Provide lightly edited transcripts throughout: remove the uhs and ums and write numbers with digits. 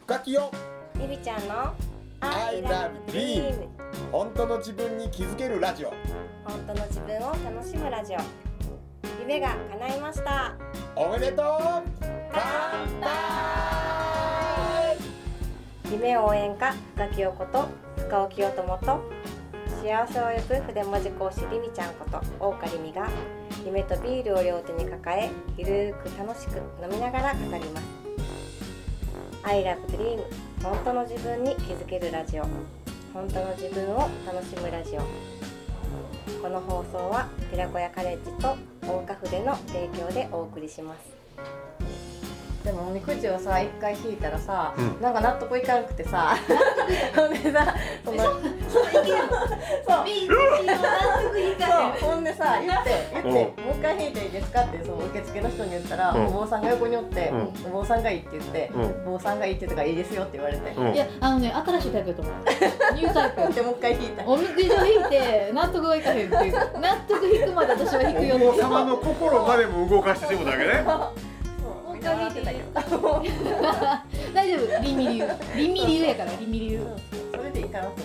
深きよゆりちゃんの I love dream 本当の自分に気づけるラジオ。 本当の自分を楽しむラジオ。夢が叶いました。 おめでとう。乾杯。 夢応援歌深きよこと深尾清友と幸せを呼ぶ筆文字講師りみちゃんこと大岡りみが夢とビールを両手に抱えゆるく楽しく飲みながら語ります。 I love dream 本当の自分に気づけるラジオ。本当の自分を楽しむラジオ。この放送は寺子屋カレッジと大岡筆の提供でお送りします。でもおみくじをさ一回引いたらさ、なんか納得いかなくてさほんでさそのそうほんでさ言ってもう一回引いていいですかってその受付の人に言ったら、お坊さんが横におって、お坊さんがいいって言って、お坊さんがいいって言ったからいいですよって言われて、 いや新しいタイプだと思う。ニュータイプでもう一回引いた。 おみくじを引いて納得がいかへんっていう納得引くまで私は引くよってお坊様の心までも動かしてしまうだけね。 引いてたけど大丈夫、リミ流やからリミ流。 それでいいかなと思って。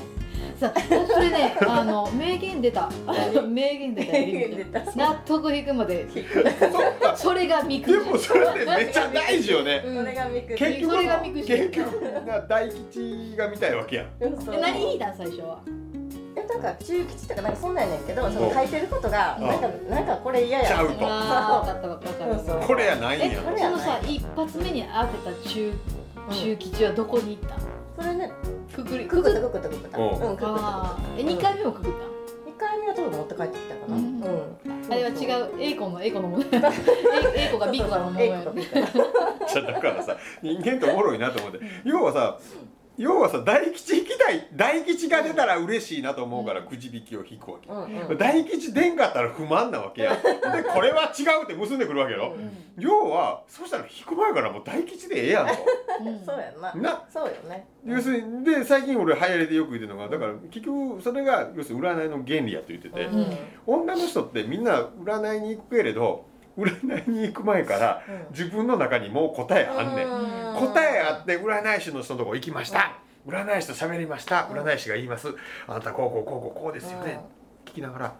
さあ、それね、名言出た。名言出た。納得引くまで引く。それがみくじ。 でもそれってめっちゃ大事よね。 それがみくじ。 結局それがみくじ。 結局大吉が見たいわけやん。 何引いたん最初は。 なんか中吉とかなんかそんなんやねんけど、その書いてることがなんかこれ嫌や。 ちゃうと。 分かった。 これやないんや。 そのさ一発目に当てた中吉はどこに行った？ それねくくった。 くくった。くくった。 2回目もくくった？ 2回目は多分持って帰ってきたかな。 あれは違う、A子のもの。A子が B 子のものや。 だからさ、人間っておもろいなと思って。要はさ大吉引きたい、大吉が出たら嬉しいなと思うからくじ引きを引くわけ、大吉出んかったら不満なわけや。でこれは違うって結んでくるわけよ、要はそしたら引く前からもう大吉でええやんと、 そうやな、そうよね。 要するにで最近俺流行りでよく言ってるのが、だから結局それが要するに占いの原理やと言ってて、女の人ってみんな占いに行くけれど占いに行く前から自分の中にもう答えあんねん。答えあって占い師の人のとこ行きました、占い師と喋りました、占い師が言います、あなたこうですよね、聞きながら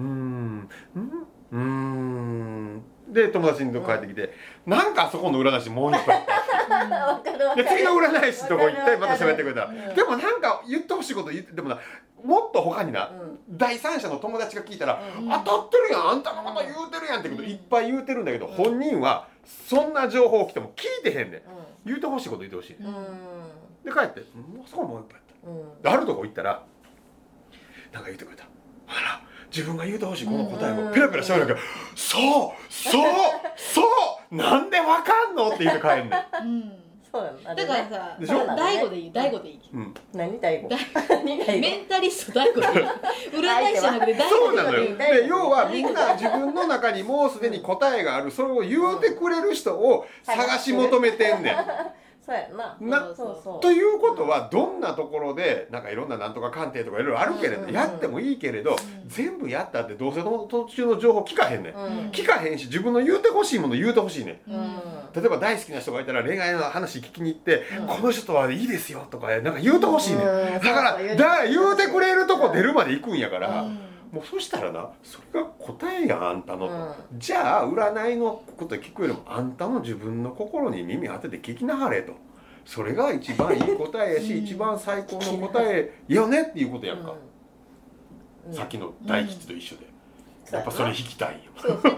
で友達のとこ帰ってきて、なんかあそこの占い師もう一個やったで次の占い師のとこ行ってまた喋ってくれた、でもなんか言ってほしいこと言ってでもな、もっと他にな、第三者の友達が聞いたら、当たってるやん、あんたのこと言うてるやんってこといっぱい言うてるんだけど、本人はそんな情報来ても聞いてへんねん、言うてほしいこと言ってほしい、で帰ってもうそこもう一個やった、あるとこ行ったらなんか言ってくれた、あら自分が言うてほしいこの答えをペラペラしゃべるから、そうなんでわかんのって言って帰んねん。 そうやだからさ、大悟でいい。 何大悟？ メンタリスト大悟でいい。占い師じゃなくて大悟そうなのよ。で要はみんな自分の中にもうすでに答えがある、それを言うてくれる人を探し求めてんねん。 そうやな。 ということはどんなところでなんかいろんななんとか鑑定とかいろいろあるけれど、やってもいいけれど、全部やったってどうせ途中の情報聞かへんねん、聞かへんし、自分の言うてほしいもの言うてほしいねん、例えば大好きな人がいたら恋愛の話聞きに行って、この人とはいいですよとかなんか言うてほしいねん、だから言うてくれるとこ出るまで行くんやから、もうそしたらな、それが答えやあんたのと、じゃあ占いのこと聞くよりもあんたの自分の心に耳当てて聞きなはれと、それが一番いい答えやし、一番最高の答えよねっていうことやんか、さっきの大吉と一緒で、やっぱそれ引きたいよ。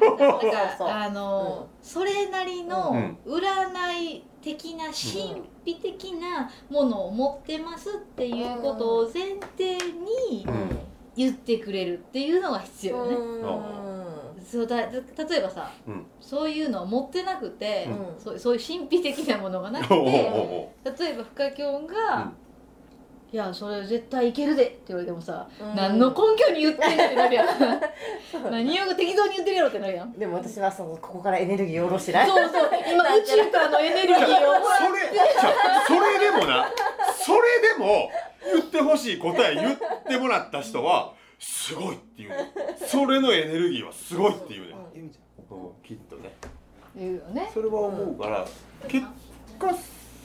それなりの占い的な神秘的なものを持ってますっていうことを前提に言ってくれるっていうのが必要よね。そうだ、例えばさ、そういうのを持ってなくて、そういう神秘的なものがなくて、例えば深きょんが「いやそれ絶対いけるで」って言われてもさ、何の根拠に言ってんのってなるやん。何を適当に言ってるやろってなるやん。 でも私はここからエネルギーを下ろしてない。 そう今宇宙からのエネルギーをもらってそれでも言ってほしい答え言ってもらった人はすごいっていうね、それのエネルギーはすごいっていうね、きっとね言うよね。 それは思うから、結果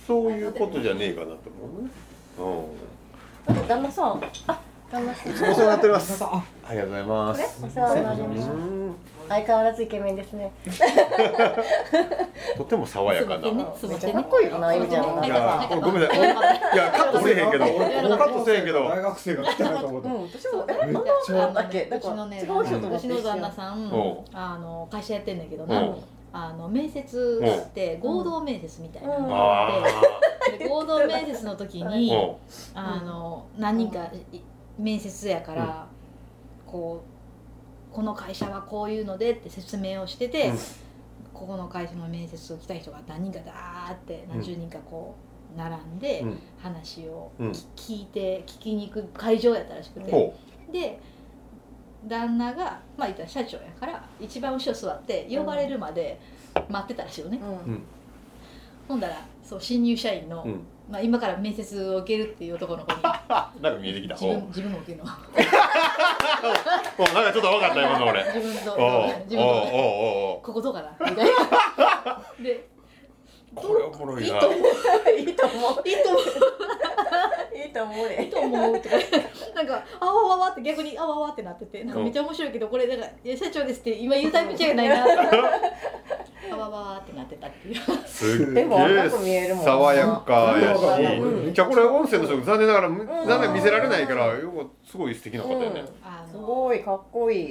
そういうことじゃねえかなと思うね。 旦那さん、旦那さん、 お世話になっております。ありがとうございます。 お世話になります。相変わらずイケメンですね。 とても爽やかな。 めっちゃかっこいいな、ゆみちゃんの。 いや、ごめんなさい。いや、カットせえへんけど、カットせえへんけど。 大学生が来たなと思って。 私もめっちゃだっけ。 うちのね、 違う人とうちの旦那さん、会社やってんだけどな。面接って合同面接みたいなのがあって、合同面接の時に何人か面接やからこの会社はこういうのでって説明をしてて、ここの会社の面接を来た人が何人かダーって何十人かこう並んで話を聞きに行く会場やったらしくて、で旦那がまあ言ったら社長やから一番後ろ座って呼ばれるまで待ってたらしいよね。ほんだらそう新入社員の、まあ、今から面接を受けるっていう男の子になんか見えてきた。 自分も受けるの。 なんかちょっと分かった今の俺。 自分とここどうかなみたいな。でこれおもろいな。 いいと思う。 いいと思う。 いいと思うね。 いいと思うとかなんかあわわわって逆にあわわってなってて、なんかめっちゃ面白いけどこれなんかいや社長ですって今言うタイプ違いないなってあわわわってなってたっていう。 すっげえ爽やかやし、じゃあこれ音声の人残念ながらなんか見せられないからすごい素敵な方よね。 すごいかっこいい。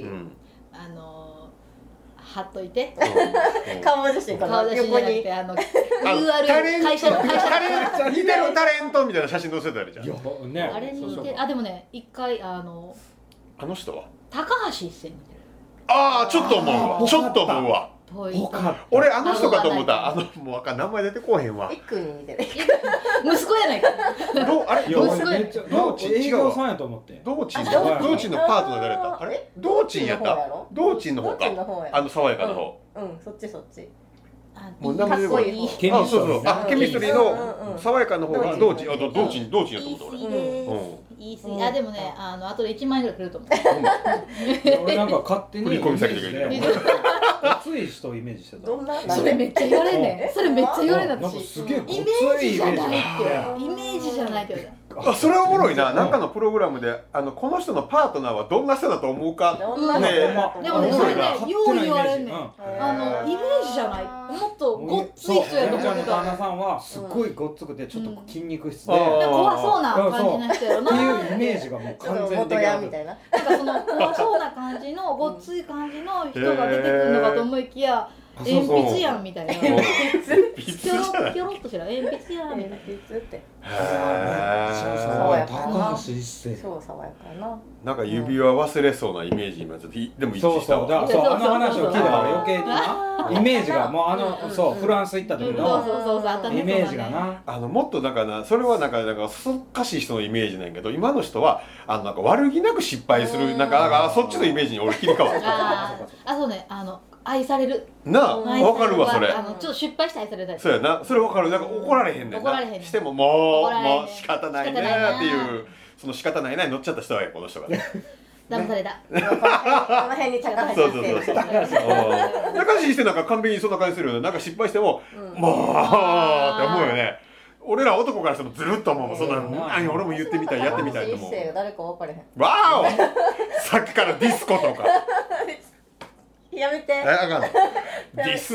貼っといて。 顔写真顔写真じゃなくてURL 会社の似てるタレントみたいな写真載せてあるじゃん。 あれに似てる。あでもね一回あの人は高橋一生似てる。 ああちょっと思うわ。ちょっと思うわ。俺あの人かと思った。もうわかん名前出てこへんわ。 一君に似てる。 息子やないか。 あれ道珍営業さんやと思って。 道珍のパートナー誰だった？あれ道珍やった。道珍の方か。爽やかな方。 そっちそっち。 もう名前出てこない。ケミストリーの爽やかの方が道珍やと思った俺。 言い過ぎ。あでもね後で1万円ぐらいくれると思う。 俺なんか勝手に振り込み先で言うけど。 熱い人をイメージしてた。 それめっちゃ言われんねん。それめっちゃ言われんだなんかすげえイメージじゃないって。イメージじゃないって言われた。 それはおもろいな。なんかのプログラムでこの人のパートナーはどんな人だと思うかね。 でもねそれねよう言われんねん。イメージじゃない。もっとごっつい人やと思ってた。 旦那さんはすごいごっつくてちょっと筋肉質で怖そうな感じの人やろな。 っていうイメージがもう完全にできる。 みたいな。 なんかその怖そうな感じのごっつい感じの人が出てくるのかと思いきや。鉛筆やんみたいな。鉛筆じゃない。ピョロッとしたら鉛筆やんみたいな。 鉛筆って。 高橋一生。 そう爽やかな。 なんか指輪忘れそうなイメージ今ちょっとでも一致したわ。 そうあの話を聞いたから余計になイメージがもうそうフランス行った時のイメージがな。 もっとなんかなそれはなんかそそっかしい人のイメージなんやけど今の人はなんか悪気なく失敗するなんかそっちのイメージに俺切り替わった。 そうね愛されるなあ分かるわそれ。 ちょっと失敗して愛されたい。 そうやなそれ分かる。なんか怒られへんねんな。してももう仕方ないねっていうその仕方ないなに乗っちゃった人はこの人がね。 騙された。 この辺に高橋一生。 高橋一生なんか完璧にそんな感じするよね。なんか失敗してももうって思うよね。俺ら男からしてもずるっと思うもん。そんな俺も言ってみたいやってみたいと思う。 高橋一生が誰か分かれへん。 わおさっきからディスコとか。 やめて。 あかん。ディス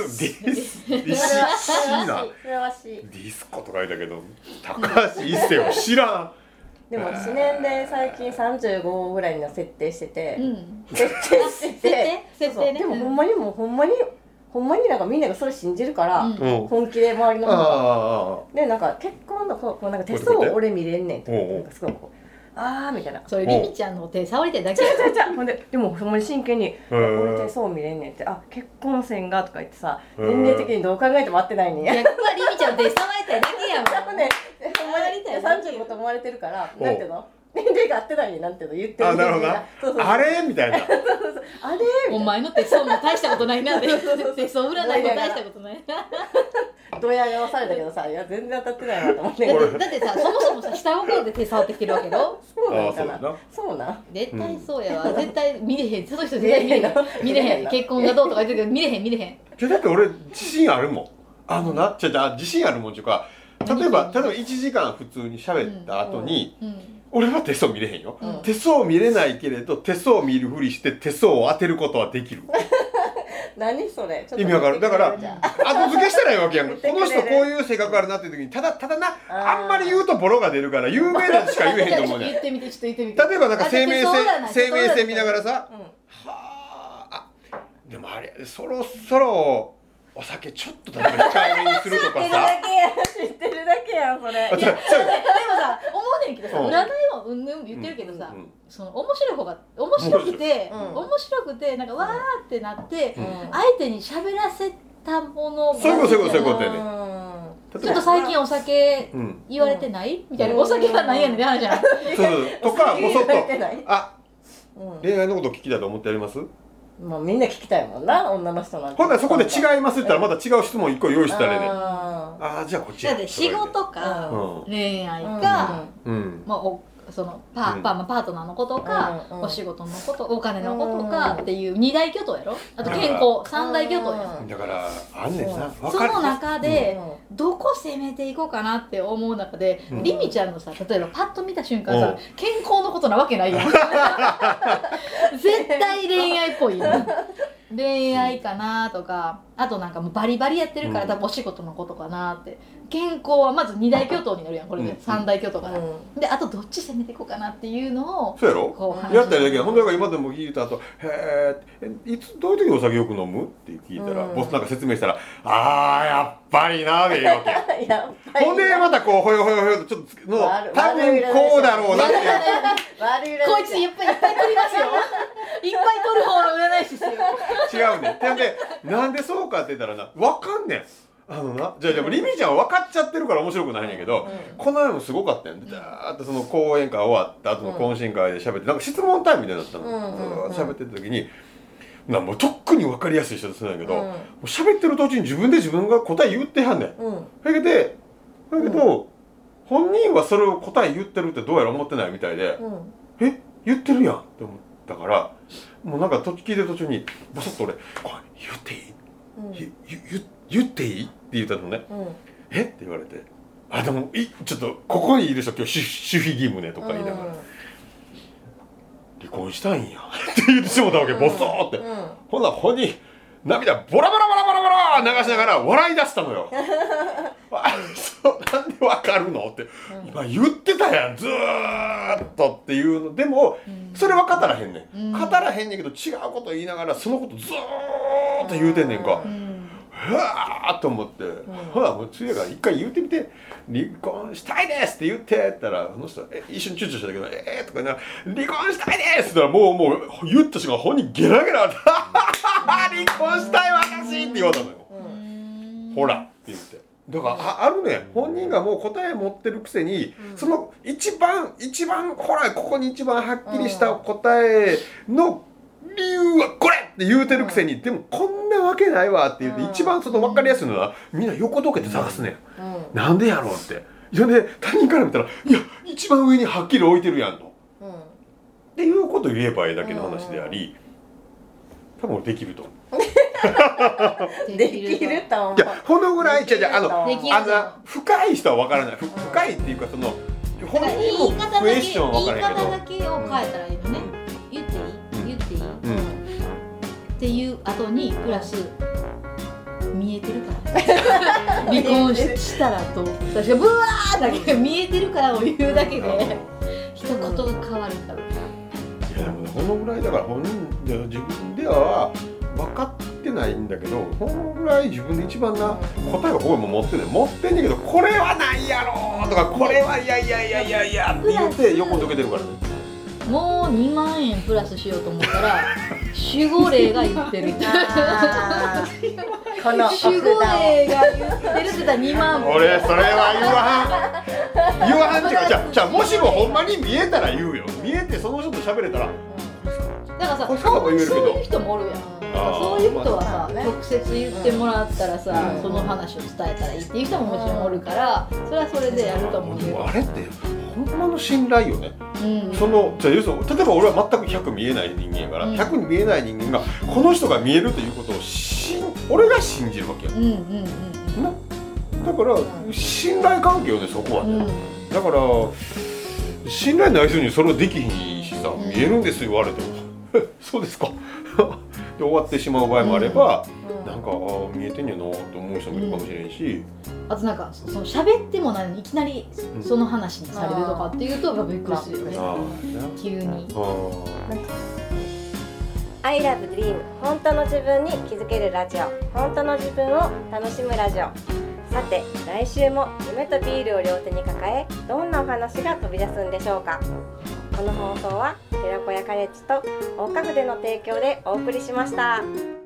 な。ディスコとか言ったけど高橋一生を知らん。 でも私年齢最近35ぐらいの設定してて、設定ね。でもほんまになんかみんながそれ信じるから本気で周りの方がでなんか結婚のこうなんか手相を俺見れんねんとかなんかすごいこうみたいな。 それリミちゃんの手触りたいだけ。 ほんでもほんまに真剣に俺手相見れんねんって結婚線がとか言ってさ年齢的にどう考えても合ってないねんや。 いやここはリミちゃんの手触りたいだけやもん。 ねほんまに35と思われてるからなんていうの年齢が合ってないねなんていうの言ってる。 なるほどな。あれみたいな。 あれお前の手相も大したことないな。手相占いも大したことない。 ドヤ顔されたけどさいや全然当たってないなと思って。 だってさそもそもさ下心で手触ってきてるわけよ。 そうなんかな。そうなん。 絶対そうやわ。絶対見れへん。その人絶対見れへん。結婚がどうとか言ってるけど見れへん。 だって俺自信あるもん。自信あるもんっていうか例えば1時間普通に喋った後に、俺は手相見れへんよ、手相見れないけれど手相見るふりして手相を当てることはできる。 何それ意味わかる。だから後付けしたらいいわけやんか。この人こういう性格あるなっていう時にただな、あんまり言うとボロが出るから有名なしか言えへんと思うねん。 言ってみて、ちょっと言ってみて。例えばなんか生命線見ながらさ、はあ、でもあれそろそろお酒ちょっとだけ控えめにするとかさ知ってるだけやんそれ。 でもさ、思うねんけどさ、占いはうんぬん言ってるけどさ、その面白い方が面白くてなんかわーってなって相手に喋らせたものがそういうことやね。 ちょっと最近お酒言われてないみたいな、お酒がないやねんって話じゃん。 とかもうちょっと恋愛のこと聞きたいと思ってやります？ もうみんな聞きたいもんな、女の人なんて。 ほんならそこで違いますって言ったらまた違う質問1個用意したらね。じゃあこっちだって仕事か恋愛か、まあそのパートナーのことか、お仕事のことお金のことかっていう二大巨頭やろ。あと健康三大巨頭や。 だからあんねんな。 その中でどこ攻めていこうかなって思う中で、りみちゃんのさ、例えばパッと見た瞬間さ、健康のことなわけないやん。絶対恋愛っぽいやん。恋愛かなとか、あとなんかもうバリバリやってるから多分お仕事のことかなって。健康はまず二大巨頭になるやん、これで三大巨頭かな。であとどっち攻めていこうかなっていうのをそうやろやったらだけど、ほんとだから今でも聞いた後「へえいつどういう時お酒よく飲む?」って聞いたらボスなんか説明したら「やっぱりな」でいいわけや。ほんでまたこうほよほよほよとちょっとの多分こうだろうなってこいついっぱい取りますよ。いっぱい取る方の占い師ですよ。 違うね。でなんでそうかって言ったらな、分かんねん。じゃあリミちゃんは分かっちゃってるから面白くないねんけど、この前もすごかったやん。だーってその講演会終わった後の懇親会で喋って、なんか質問タイムみたいになったの。ずーっと喋ってた時にもうとっくに分かりやすい人ですんだけど、もう喋ってる途中に自分が答え言ってはんねん。だけど本人はそれを答え言ってるってどうやら思ってないみたいで、言ってるやんって思ったから、もうなんか聞いてる途中にボソッと俺「これ言っていい？言っていい？」って言ったのね。えって言われて「でもちょっとここにいる人今日守秘義務ね」とか言いながら「離婚したいんや」って言ってしもたわけ、ボソーって。ほんなら本人涙ボラボラボラボラボラ流しながら笑い出したのよ。なんでわかるのって今言ってたやんずーっとっていうのでもそれは語らへんねん。語らへんねんけど違うこと言いながらそのことずーっと言うてんねんか。うわーっと思って、ほらもう次から一回言うてみて「離婚したいです」って言ってって言ったら、あの人一瞬チュッチュしたけど「とか言いながら「離婚したいです」って言ったらもう言った瞬間本人ゲラゲラって「離婚したい私」って言われたのよ。ほらって言って。だからあるね、本人がもう答え持ってるくせに、その一番ほらここに一番はっきりした答えの理由はこれって言うてるくせに、でもこんなわけないわって言って、一番その分かりやすいのはみんな横どけて探すねん。なんでやろうって。それで他人から見たら「いや一番上にはっきり置いてるやん」と。っていうことを言えばいいだけの話であり、多分できると思う。 できると思う。 いやこのぐらい深い人は分からない。深いっていうかその本人もクエスチョン分からへんけど、 言い方だけを変えたらいいのね。言っていいっていう後にプラス見えてるから離婚したらと確かブワーだけ見えてるからを言うだけで一言が変わるから。いやでもこのぐらいだから本人で自分では分かってないんだけど、このぐらい自分で一番な答えがここにも持ってんねんけど、これはないやろとかこれはいやって言って横どけてるからね。 もう2万円プラスしようと思ったら守護霊が言ってるってこの守護霊が言ってるって言ったら2万俺それは言わはんっていうか、じゃあもしもほんまに見えたら言うよ。見えてその人と喋れたらだからさ、そういう人もおるやん。そういう人はさ、直接言ってもらったらさ、その話を伝えたらいいっていう人ももちろんおるから、それはそれでやると思うけど、 あれってほんまの信頼よね。そのじゃあ要するに例えば俺は全く100見えない人間やから、100に見えない人間がこの人が見えるということを俺が信じるわけよ。 だから信頼関係よね、そこはね、だから信頼ない人にそれはできひんしさ、見えるんです言われてもそうですかで終わってしまう場合もあれば、なんか見えてんやなと思う人もいるかもしれんし、 あとなんかその喋ってもないのにいきなりその話にされるとかっていうとびっくりするよね、急に。 I love dream 本当の自分に気づけるラジオ、本当の自分を楽しむラジオ。さて来週も夢とビールを両手に抱え、どんなお話が飛び出すんでしょうか。この放送は寺子屋カレッジと大花筆の提供でお送りしました。